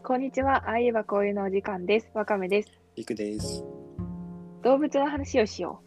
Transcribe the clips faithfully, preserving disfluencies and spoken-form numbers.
こんにちは。ああいえばこういうのお時間です。わかめです。 いくです。 動物の話をしよ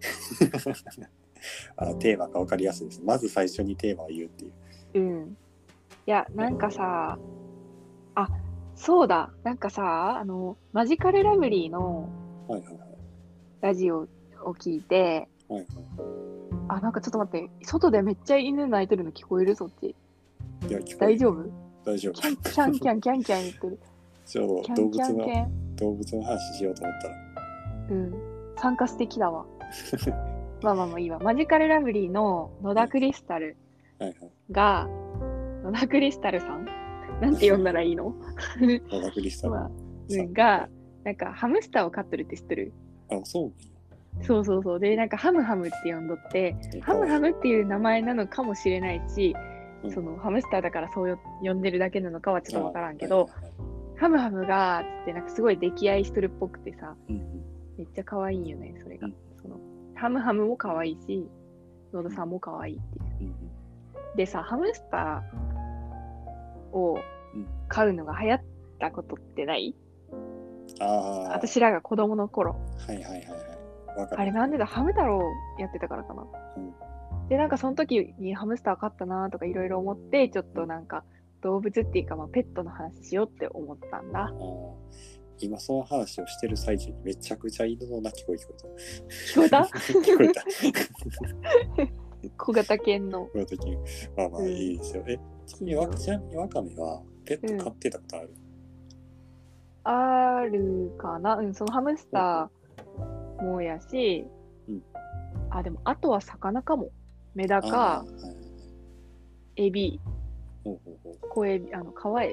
あ、テーマが分かりやすいです。まず最初にテーマを言うっていう。 う。うん。いや、なんかさ、あ、そうだ。なんかさ、あの、マジカルラブリーのはいはいはい。 ラジオを聞いて、 はいはい。 あ、なんかちょっと待って、外でめっちゃ犬鳴いてるの聞こえるそっち。 いや、聞こえる。 大丈夫？ 大丈夫。 キャンキャンキャンキャンキャン言ってる。 ちょうキャンキど動物のャンキャン。 動物の話しようと思ったら。 うん。参加素敵だわ。まあまあまあいいわ。マジカルラブリーの野田クリスタルはいはい。 が、野田クリスタルさんなんて呼んだらいいの野田クリスタルまあ、 さうんんが、なんかハムスターを飼ってるって知ってる？ あ、そうそうそうそう。で、なんかハムハムって呼んどって、 えハムハムっていう名前なのかもしれないし、 うんそのハムスターだからそうよ呼んでるだけなのかはちょっとわからんけあど、 はいはいはいハムハムが、つってなんかすごい溺愛しとるっぽくてさ、 うんめっちゃ可愛いよね、それが。 うんそのハムハムも可愛いし、野田さんも可愛いっていう。 うんうんでさ、ハムスターをうん飼うのが流行ったことってない？ ああ、 私らが子供の頃。 はいはいはいはい。わかる。 あれなんでだ、ハム太郎やってたからかな。 うんで、なんかその時にハムスター飼ったなとかいろいろ思って、ちょっとなんか動物っていうかまあペットの話しようって思ったんだ。 あー今その話をしてる最中にめちゃくちゃ犬の鳴き声聞こ聞こえた？ えた。聞こえた。 小型犬の。 この時まあまあうんいいですよ。え、ちなみにわちなみにワカメはペット飼ってたことある？ あるかな。うん、そのハムスターもやし、 うんあ、でもあとは魚かも。メダあカ、 ーはいはいはいエビ、 ほうほうほう小エビ、あの、カワエビ。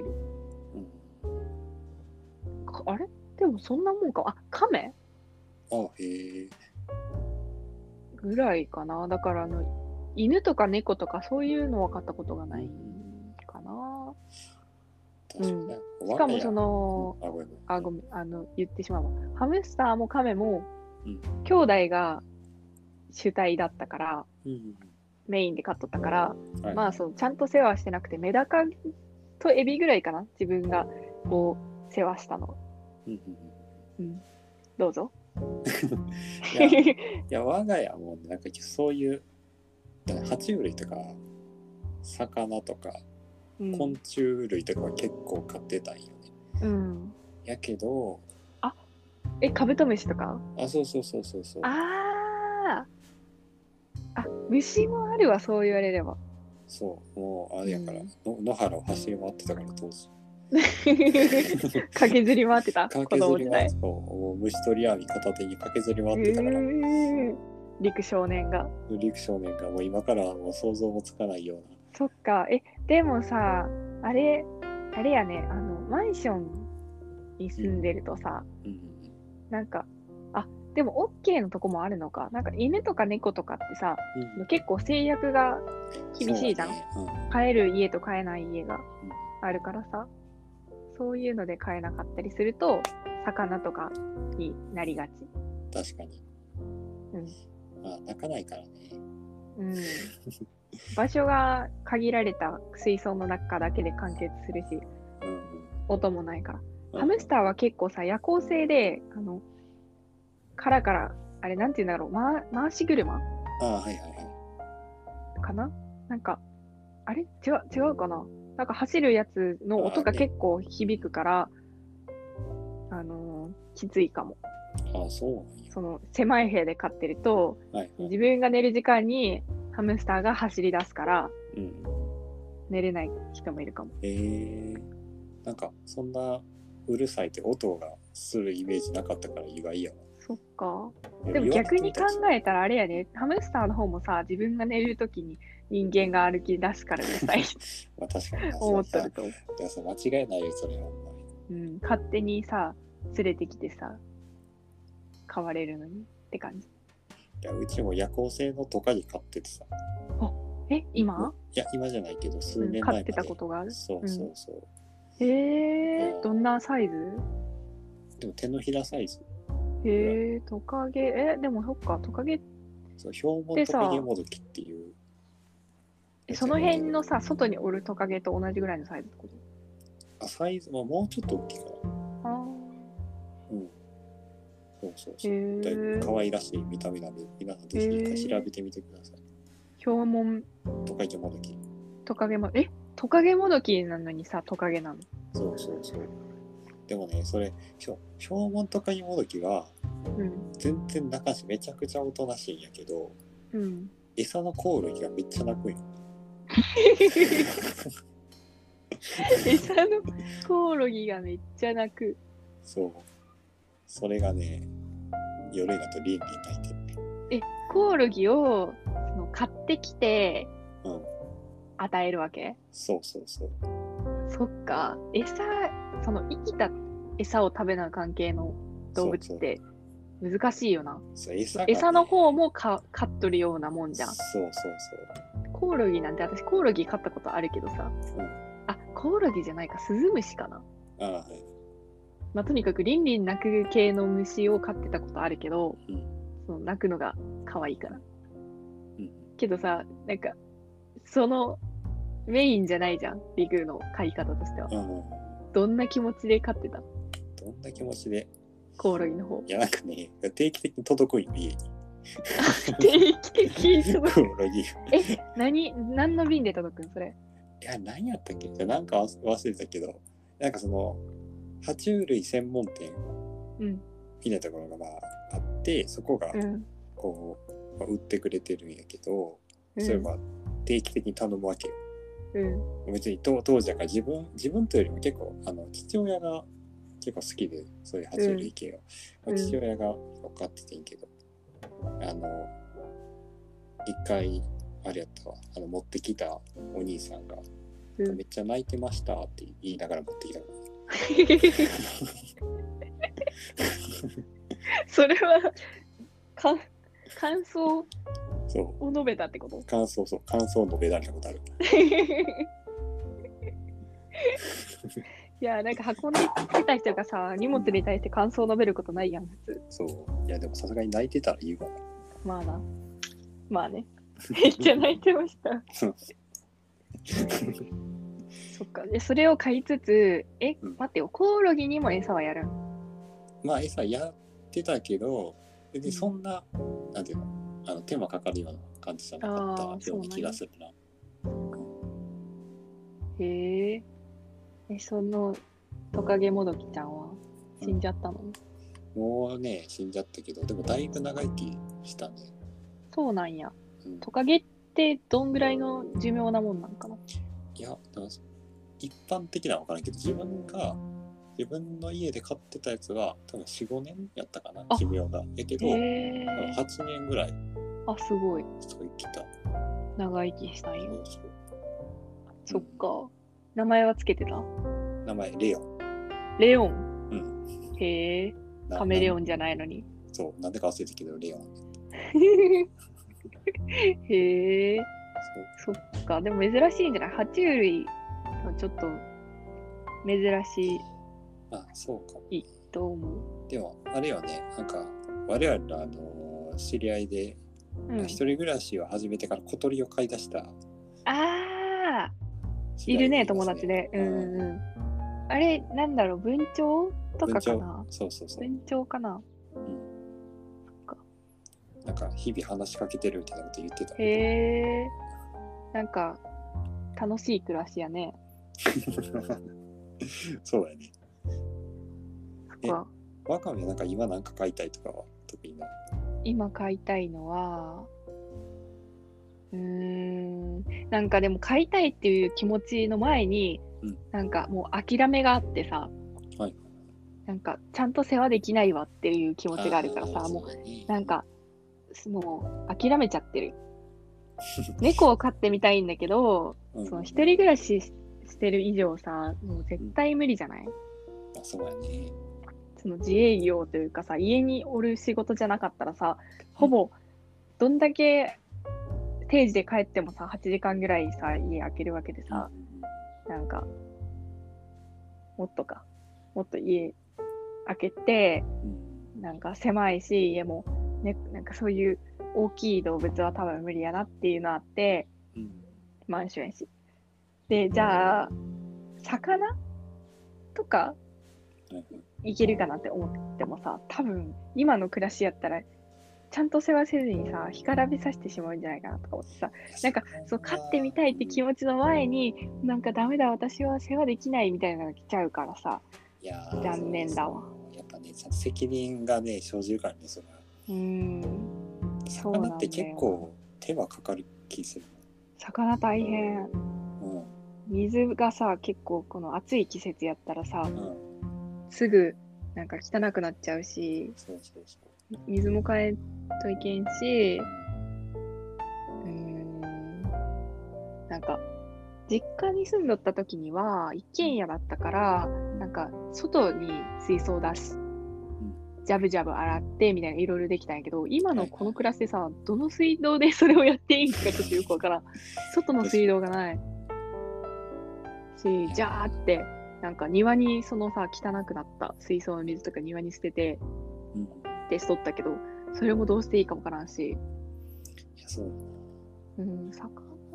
うんかあれでもそんなもんか。あ、カメあへえ。 ぐらいかな。だからあの、犬とか猫とかそういうのは飼ったことがないかな。 確かにね。 しかもその、 うんあ、ごめんごめん。 あ、ごめん、あの、言ってしまうわ。ハムスターもカメも、 うん兄弟が主体だったから、 うんメインで飼っとったから、 はいまあそう、ちゃんと世話してなくて、メダカとエビぐらいかな。自分がこう、世話したの。 うんうんうん。どうぞ。 いや、いや我が家もなんかそういう爬虫類とか魚とかうん昆虫類とかは結構飼ってたんよね。 うん。 やけど、 え、カブトムシとか？ あ、そうそうそうそうそう。 ああ。あ、虫もあるわ、そう言われれば。 そうもうあれやから、 うんの野原を走り回ってたから当時。 駆けずり回ってた子駆けずり供時代。 回ってもう虫取り網片手に駆けずり回うってたから、 ー陸少年が。 陸少年がもう今からはもう想像もつかないような。 そっか。え、でもさ、あれ、あれやね、あの、マンションに住んでるとさ、 うんなんか、あ、でも OK のとこもあるのか。なんか犬とか猫とかってさ、 うんうん結構制約が厳しいじゃん。 そうだね飼える家と飼えない家がうんあるからさ、そういうので飼えなかったりすると、魚とかになりがち。 確かに。 うん。 まあ泣かないからね。 うん。場所が限られた水槽の中だけで完結するし、 うん音もないから。 うん、 ハムスターは結構さ、夜行性で、あの、殻から、あれなんて言うんだろう、ま、回し車ああ、はいはいはい。 かななんか、あれ違う、違うかななんか走るやつの音が結構響くから、あのーきついかも。 ああ、そうなんや。 その、狭い部屋で飼ってると、 はいはい。 自分が寝る時間にハムスターが走り出すから、 うん。 寝れない人もいるかも。 えー、なんかそんなうるさいって音がするイメージなかったから意外やわ。 そっか。 いやでも逆に考言われてみたらえたらあれやね、ハムスターの方もさ、自分が寝るときに人間が歩き出すからうるさいまあ確かにな。 思っとると。 いや、そう間違いないよ、それは。 うん、勝手にさ、連れてきてさ、飼われるのにって感じ。 いや、うちも夜行性のトカゲ飼っててさ。 え、今？ いや、今じゃないけど、数うん、 年前まで。 飼ってたことがある？ そうそうそう。 へえー、どんなサイズ？ でも手のひらサイズ。 へえー、トカゲ、え、でもそっか、トカゲ、 そう、ヒョウモントカゲモドキっていう。 その辺のさ、外におるトカゲと同じぐらいのサイズってこと？ あ、サイズももうちょっと大きいかな。 あうん。そうそうー。 そう。 へだいぶえ。 可愛らしい見た目なんで、皆さんぜひ一回調べてみてください。 ヒョウモントカゲモドキ。 トカゲも、えトカゲモドキなのにさ、トカゲなの？ そうそうそう。でもね、それ、ヒョヒョウモントカゲモドキは、 うん。 全然中身めちゃくちゃおとなしいんやけど、 うん。 餌のコオロギがめっちゃ鳴くんよ。 餌のコオロギがめっちゃ鳴く。 そう。それがね、夜になるとリンリン鳴いてるね。 え、コオロギをその買ってきてうん。 与えるわけ？ そうそうそう。 そっか。餌、その生きた餌を食べな関係の動物って難しいよな。 そう、餌がね、 餌の方もか飼っとるようなもんじゃん。 そうそうコオロギなんて私コオロギ飼ったことあるけどさ。 そう。うん。 あ、コオロギじゃないか、スズムシかな。 ああ、はい。 まあ、とにかくリンリン鳴く系の虫を飼ってたことあるけど、 うん。 その鳴くのが可愛いから。 うん。 けどさ、なんか、そのメインじゃないじゃん、リグの飼い方としては。 うん。 どんな気持ちで飼ってた？ どんな気持ちで？ コオロギの方。 いや、なんかね、定期的に届くんよ、家に。 定期的に届く。 コオロギ。 え、何、何の便で届くんそれ？ いや、何やったっけ？じゃなんか忘れてたけど、なんかその、爬虫類専門店うん。 みたいなところがまああって、そこがうん。 こう、まあ売ってくれてるんやけど、 うんそれは定期的に頼むわけよ。 うん。 別に当当時だから自分自分というよりも結構あの父親が結構好きでそういう爬虫類系を、 うんまあ父親が分かっててんけど、あの一回あれやったわ、あの持ってきたお兄さんが、 うん、 めっちゃ泣いてましたって言いながら持ってきた。 それはか感想そうを述べたってこと？ 感想そう感想を述べられたことある。 いや、なんか運んできた人がさ、荷物に対して感想を述べることないやん、普通。 そういやでもさすがに泣いてたら言うわな。 まあな。まあね。めっちゃ泣いてました。そっか。で、それを買いつつ、え、 うん、 待ってよ、コオロギにも餌はやるん？ まあ餌やってたけど、別にそんな、うん、なんていうの、あの手間かかるような感じじゃなかったような気がするな。 へえ。え、そのトカゲモドキちゃんは死んじゃったの？ うん、もうね、死んじゃったけど、でもだいぶ長生きしたね。 そうなんや。 うん、 トカゲってどんぐらいの寿命なもんなんかな？ いや、一般的なのは分からんけど、自分が、自分の家で飼ってたやつは多分よん、ごねんやったかな、寿命が。やけど、はちねんぐらい。 あ、すごい。 すごい生きた。 長生きしたんよ。 そうそう。 そっか。うん、名前はつけてた？ 名前、レオン。 レオン。 うん。 へえ。カメレオンじゃないのに。 そう、なんでか忘れたけど、レオン。 へえ。そっか。でも珍しいんじゃない？爬虫類はちょっと珍しい。 あ、そうかも。 いいと思う。 でも、あれよね、なんか、我々のあの知り合いで、うん、一人暮らしを始めてから小鳥を飼い出した。 ああ、いるね、友達で。うんうん。あれ、なんだろう、文鳥とかかな？ そうそうそう。 文鳥かな？うん。 そっか。なんか、日々話しかけてるみたいなこと言ってた。 へえ。なんか、楽しい暮らしやね。 そうやね。 そっか。 ワカメはなんか今なんか飼いたいとかは特にない？ 今飼いたいのは、うーん、なんかでも飼いたいっていう気持ちの前に、うん、なんかもう諦めがあってさ、はい、なんかちゃんと世話できないわっていう気持ちがあるからさ、もうなんかもう諦めちゃってる。猫を飼ってみたいんだけど、うん、その一人暮らししてる以上さ、もう絶対無理じゃない？うん、 あ、そうやね。 その自営業というかさ、家におる仕事じゃなかったらさ、ほぼどんだけ定時で帰ってもさ、はちじかんぐらいさ、家開けるわけでさ、うん、なんかもっとかもっと家開けて、うん、なんか狭いし、家もね、なんかそういう大きい動物は多分無理やなっていうのあって、うん、マンションやし。で、じゃあ魚とかいけるかなって思ってもさ、多分今の暮らしやったらちゃんと世話せずにさ、干からびさせてしまうんじゃないかなとか思ってさ、なんかそう飼ってみたいって気持ちの前に、なんかダメだ私は世話できないみたいなのが来ちゃうからさ、いや残念だわ。 やっぱね、責任がね生じるからね、それは。うーん。魚って結構手はかかる気する。 魚大変。うん。水がさ、結構この暑い季節やったらさ、うん、すぐなんか汚くなっちゃうし、そうそうそう、水も変えといけんし、うーん、なんか実家に住んどった時には一軒家だったから、なんか外に水槽出し、ジャブジャブ洗ってみたいないろいろできたんやけど、今のこの暮らしでさ、どの水道でそれをやっていいんかちょっとよくわからん。外の水道がないし、じゃーってなんか庭にそのさ汚くなった水槽の水とか庭に捨てて、うん、ってしとったけど、それもどうしていいかわからんし。いや、そう。うん、魚。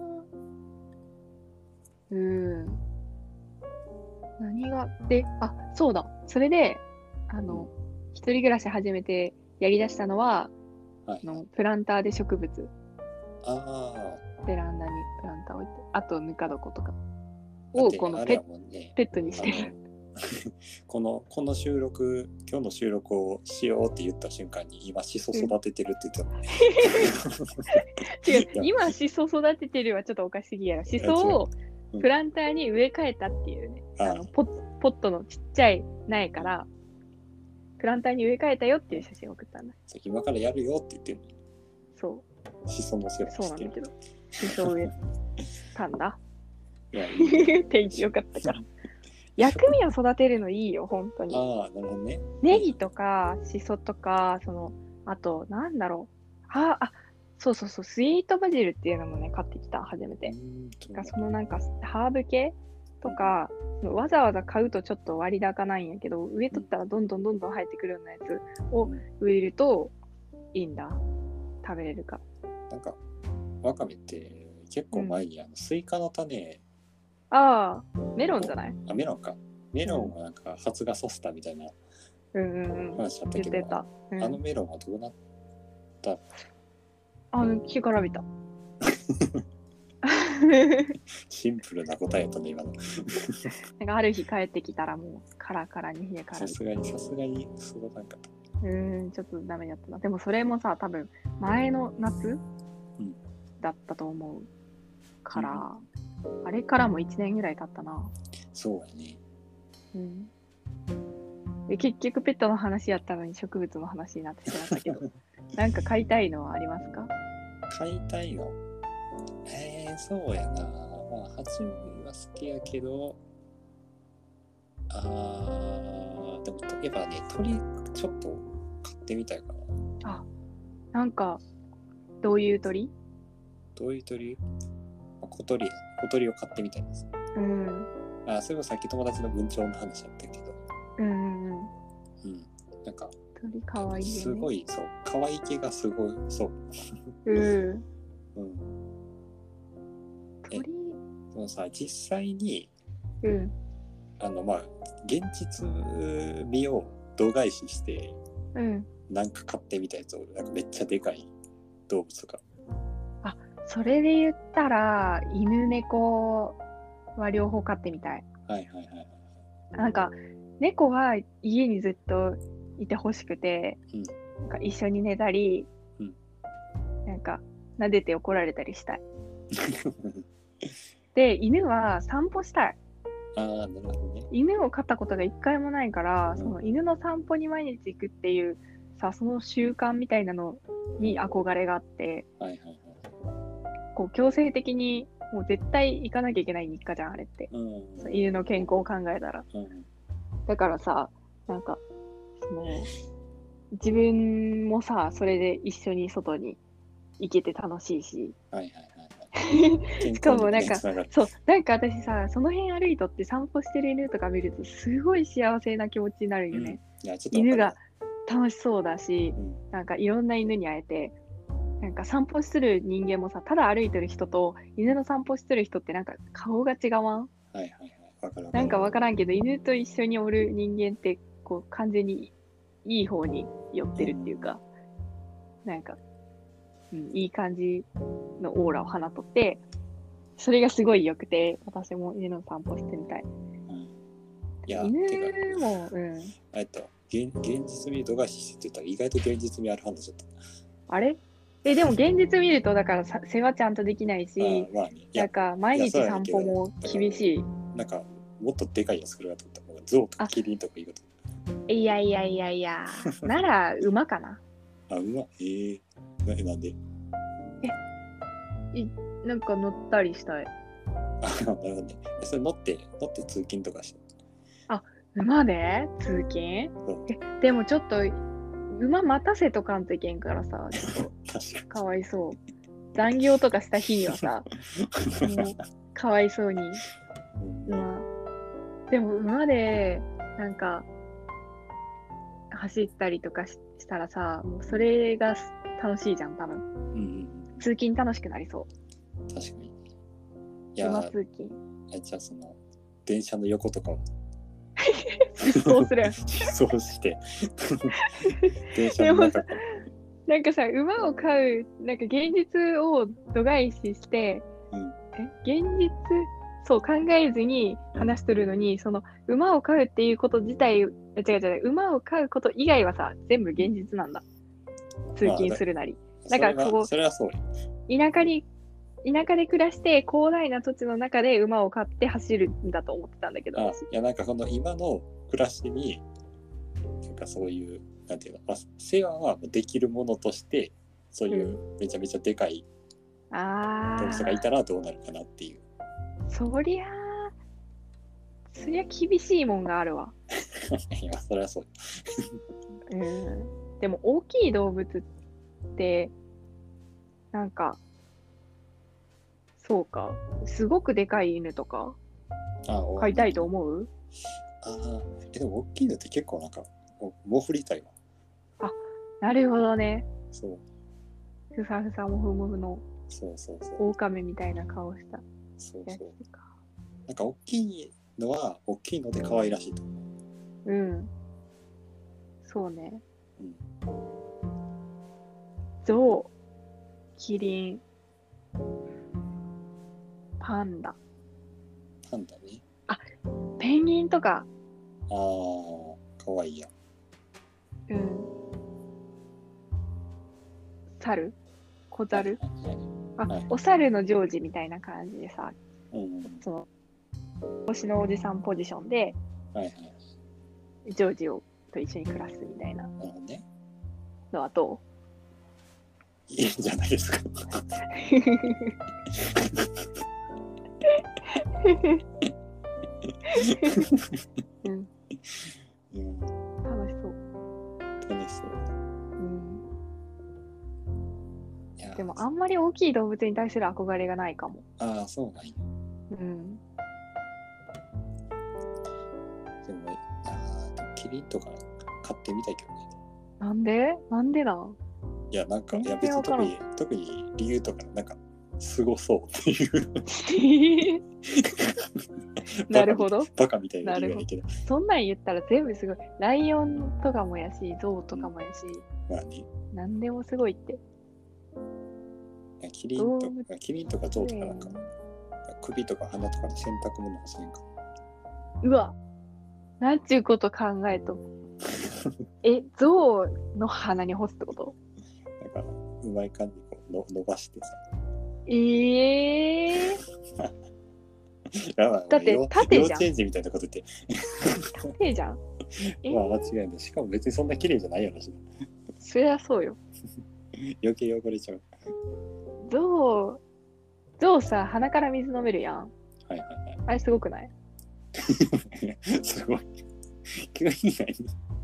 うん。何がで、あ、そうだ。それで、あの、一人暮らし始めてやりだしたのは、はい、のプランターで植物。ああ。ベランダにプランター置いて、あとぬか床とかをこのペッ、ね、ペットにしてる。 このこの収録、今日の収録をしようって言った瞬間に今シソ育ててるって言ってた、ね、違う、 今シソ育ててるはちょっとおかしすぎやろ。シソをプランターに植え替えたっていうね、うん、あの ポ, ポットのちっちゃい苗からプランターに植え替えたよっていう写真を送ったんだ。 今からやるよって言ってるの。 そう。 シソの世話してる。 そうなんだけど、シソ植えたんだ。天気良かったから。薬味を育てるのいいよ、本当に。 ああ、なるほどね。 ネギとかシソとか、そのあとなんだろう、ああ、そうそうそう、スイートバジルっていうのもね買ってきた、初めて。そのなんかハーブ系とか、わざわざ買うとちょっと割高なんやけど、植えとったらどんどんどんどん生えてくるようなやつを植えるといいんだ。食べれるか。 なんかわかめって結構前に、うん、あのスイカの種。 ああ、メロンじゃない？ あ、メロンか。メロンはなんか発芽させたみたいな話だったけど、うんうんうん、たうん、あのメロンはどうなった？ あの木からびた。 シンプルな答えやったね、今の。 なんかある日帰ってきたらもうカラカラに冷えから。 さすがにさすがに育たんかった。 うーん、ちょっとダメだったな。でもそれもさ、多分前の夏、うん、だったと思うから、うん、あれからもいちねんぐらい経ったな。 そうやね。 うん。で結局ペットの話やったのに植物の話になってしまったけど、なんか飼いたいのはありますか？ 飼いたいの？えー、そうやな。まあ、爬虫類は好きやけど、あー、でも、やっぱね、鳥、ちょっと飼ってみたいかな。 あ、なんか、どういう鳥？ どういう鳥？小鳥、小鳥を飼ってみたいです。うん。あ、それもさっき友達の文鳥の話やったけど。うんうんうん。うん。なんか、 鳥かわいいよね。 すごい、そう、可愛い気がすごい、そう。うん。うん。鳥？そのさ、実際に、うん、あのまあ現実味を度外視して、うん、なんか飼ってみたやつをなんかめっちゃでかい動物とか。 あ、それで言ったら犬猫は両方飼ってみたい。はいはいはい。なんか猫は家にずっといてほしくて、うん、なんか一緒に寝たり、うん、なんか撫でて怒られたりしたい。で、犬は散歩したい。 ああ、なるほどね。 犬を飼ったことが一回もないから、うん、その犬の散歩に毎日行くっていうさ、その習慣みたいなのに憧れがあって、はいはいはい、こう強制的にもう絶対行かなきゃいけない日課じゃん、あれって。うん、犬の健康を考えたら。うん、だからさ、なんか、その、自分もさ、それで一緒に外に行けて楽しいし。はいはいはい。しかもなんかそうなんか私さ、その辺歩いとって散歩してる犬とか見るとすごい幸せな気持ちになるよね、うん、いやちょっと犬が楽しそうだし、うん、なんかいろんな犬に会えて、なんか散歩する人間もさ、ただ歩いてる人と犬の散歩してる人ってなんか顔が違わん？はいはいはい、 わかる。 なんかわからんけど、犬と一緒におる人間ってこう完全にいい方に寄ってるっていうか、うん、なんか、うん、いい感じのオーラを放っとって、それがすごい良くて、私も犬の散歩してみたい。うん、いや犬も、うん。 えっと、現, 現実味度が必須って言ったら意外と現実味ある話だった。 あれえ、でも現実見ると、だからさ世話ちゃんとできないし、あまあね、なんか毎日散歩も厳しい。 なんか、もっとでかいやつ来るかと思った。ゾウとかキリンとかいいこと。 いやいやいやいや、なら馬かな。 あ、馬えー、な, なんでえい、なんか乗ったりしたい。 あ、なるほどね。それ乗って、乗って通勤とかして。 あ、馬で通勤、え、でもちょっと、馬待たせとかんといけんからさ、ちょっとかわいそう。残業とかした日にはさ、もうかわいそうに。馬。でも馬で、なんか、走ったりとかしたらさ、もうそれが楽しいじゃん、多分。うん、通勤楽しくなりそう。 確かに。いや、 馬通勤。 じゃあその、電車の横とかを。 そうする。 そうして電車の中からなんかさ、馬を飼う、なんか現実を度外視して、うん、え現実そう考えずに話しとるのに、その馬を飼うっていうこと自体、違う違う、馬を飼うこと以外はさ、全部現実なんだ。通勤するなり。だからここ、 それはそう。 田舎に田舎で暮らして広大な土地の中で馬を飼って走るんだと思ってたんだけど、 あいやなんかこの今の暮らしになんかそういうなんていうの、まあ、世話はできるものとしてそういうめちゃめちゃでかい動物がいたらどうなるかなっていう。 そりゃそりゃ厳しいもんがあるわ。 いやそれはそう。 うん。でも大きい動物ってなんかそうか、すごくでかい犬とか飼いたいと思う？ ああ、えでも大きいのって結構なんかもふりたいわ。 あ、なるほどね。 そう。 ふさふさもふもふの。 そうそうそう。 狼みたいな顔した。 そうそう。なんか大きいのは大きいので可愛らしいと思う。うん。そうね。うん。ゾウ、キリン、パンダ。 パンダね。 あ、ペンギンとか。 ああ、かわいいや。 うん。猿、小猿、はいはいはい、あ、はい、お猿のジョージみたいな感じでさ、うん、その星のおじさんポジションで、はいはい、ジョージをと一緒に暮らすみたいなのはどう？ いいじゃないですか。 うん、うん、楽しそう。 楽しそう。うん。 いやでもあんまり大きい動物に対する憧れがないかも。 ああ、そうなんや。 うん。 でも、あキリンとか買ってみたいけどね。 なんで？なんでなん？ いや、なんか、いや別に特に、特に理由とか、なんか、すごそうっていう。 なるほど。 バカみたいな理由やけど。 そんなん言ったら全部すごい。ライオンとかもやし、ゾウとかもやし。 うん、まあね。 なんでもすごいって。 キリンとか、キリンとかゾウとかなんか、首とか鼻とかの洗濯物干せんか。 うわ、なんちゅうこと考えと。え、ゾウの鼻に干すってこと？ なんか、うまい感じこうの伸ばしてさ。 ええー。だって縦じゃん。 幼稚園児みたいなこと言って。 縦じゃん。 まあ間違いない。しかも別にそんな綺麗じゃないやろし。 そりゃそうよ。 余計汚れちゃう。 ゾウ、ゾウさ、鼻から水飲めるやん。 はいはいはい。 あれすごくない？ すごい。急に何？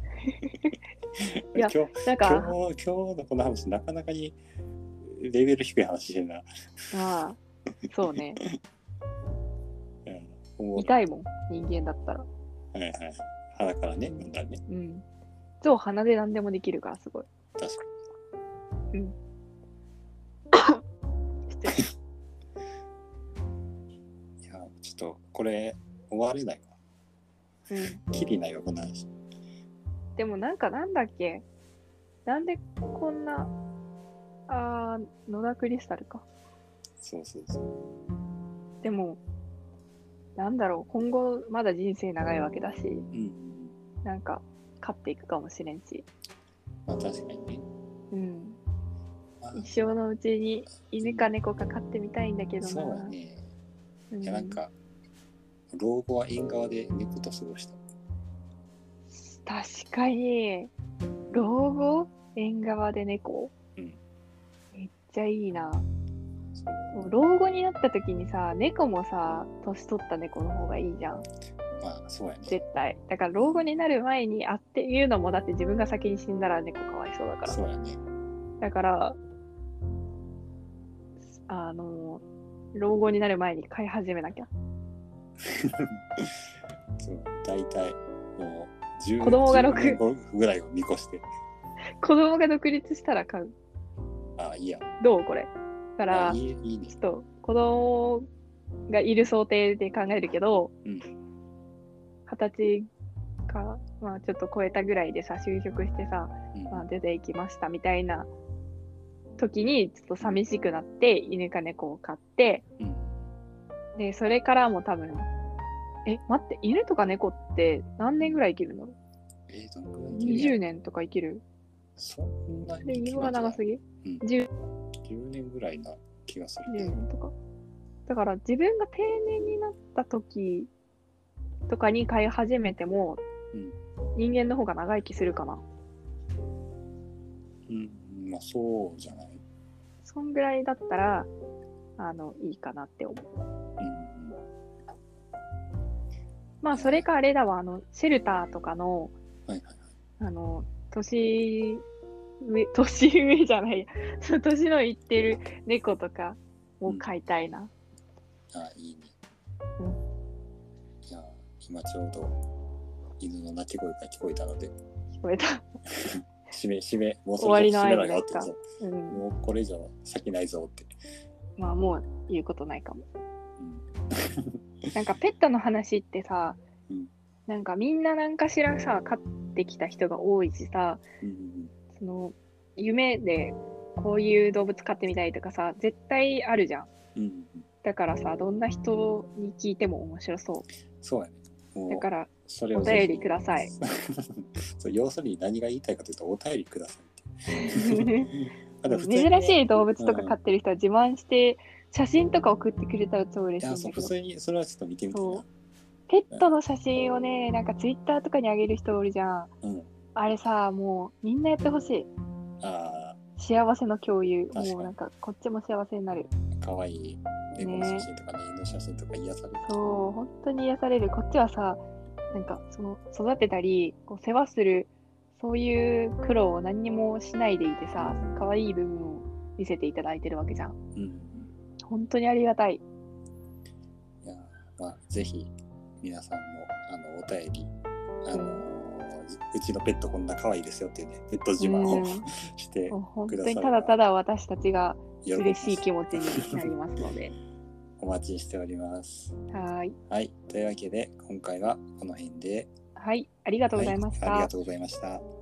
いや、 今日、 なんか今日、今日のこの話、なかなかにレベル低い話してるな。ああ、そうね。うん、痛いもん、人間だったら。 はいはい。鼻からね、飲んだらね。 うん。ゾウ鼻で何でもできるから、すごい。 確かに。うん。 いや、ちょっと、これ、 終われないわ。 うん。 きりないわ、こんな話。 でもなんかなんだっけ、なんでこんな、あー、野田クリスタルか。 そうそうそう。 でも、なんだろう、今後まだ人生長いわけだし、うん、なんか勝っていくかもしれんし。 まあ確かにね。 うん。一生のうちに犬か猫か飼ってみたいんだけどな。 そうだね。うん、いやなんか、老後は縁側で猫と過ごした。 確かに、老後縁側で猫、うん、めっちゃいいな。老後になった時にさ、猫もさ、年取った猫の方がいいじゃん。 まあそうやね。 絶対。だから老後になる前に会っていうのも、だって自分が先に死んだら猫かわいそうだから。 そうやね。だから、あの、老後になる前に飼い始めなきゃ。 そう、大体もうじゅう子供がろくねんごぐらいを見越して。 子供が独立したら飼う。 ああ、いいや。 どうこれ。だから、 いいいいね、 ちょっと子供がいる想定で考えるけど、二、うん、十歳か、まあちょっと超えたぐらいでさ、就職してさ、うん、まあ出ていきましたみたいな時に、ちょっと寂しくなって、犬か猫を飼って、うん、で、それからも多分、え、待って、犬とか猫って何年ぐらい生きるの？ えー、どのくらいにじゅうねんとか生きる？ そんなにで、犬が長すぎ？うん、 じゅうねんぐらいな気がする。 じゅうねんとか。だから自分が定年になった時とかに飼い始めても、うん、人間の方が長生きするかな。 うん、まあそうじゃない。 そんぐらいだったら、あの、いいかなって思う。うん、まあそれかあれだわ、あの、シェルターとかの、はいはいはい、あの、年上、年上じゃないや、その年のいってる猫とかを飼いたいな。 うん、あ、いいね。うん。いや、今ちょうど犬の鳴き声が聞こえたので。 聞こえた。 締め、締め、もうそろそろ締めろよって、うん、もうこれ以上先ないぞって。 まあもう言うことないかも。うん、なんかペットの話ってさ、うん、なんかみんな何かしらさ、飼ってきた人が多いしさ、うんうん、その夢でこういう動物飼ってみたいとかさ、絶対あるじゃん。うんうん、だからさ、どんな人に聞いても面白そう。 そうやね。 もうだからお便りください。 そう、要するに何が言いたいかというと、お便りくださいって珍しい動物とか飼ってる人は自慢して写真とか送ってくれたら超嬉しいんだけど。いや、 そう、普通にそれはちょっと見てみてな。 ペットの写真をね、なんかツイッターとかにあげる人おるじゃん。うん、あれさ、もうみんなやってほしい。あ、幸せの共有。もうなんかこっちも幸せになる。 かわいい猫の写真とかね、犬の写真とか癒される。 そう、本当に癒される。こっちはさ、なんかその育てたりこう世話するそういう苦労を何にもしないでいてさ、可愛い部分を見せていただいてるわけじゃん。うん、本当にありがたい。 いや、まあぜひ皆さんもあのお便り、あの、うん、うちのペットこんな可愛いですよっていうね、ペット自慢を、うん、してください。 本当にただただ私たちが嬉しい気持ちになりますので。 お待ちしております。 はい。 はい。というわけで、今回はこの辺で。 はい。ありがとうございました。 はい、ありがとうございました。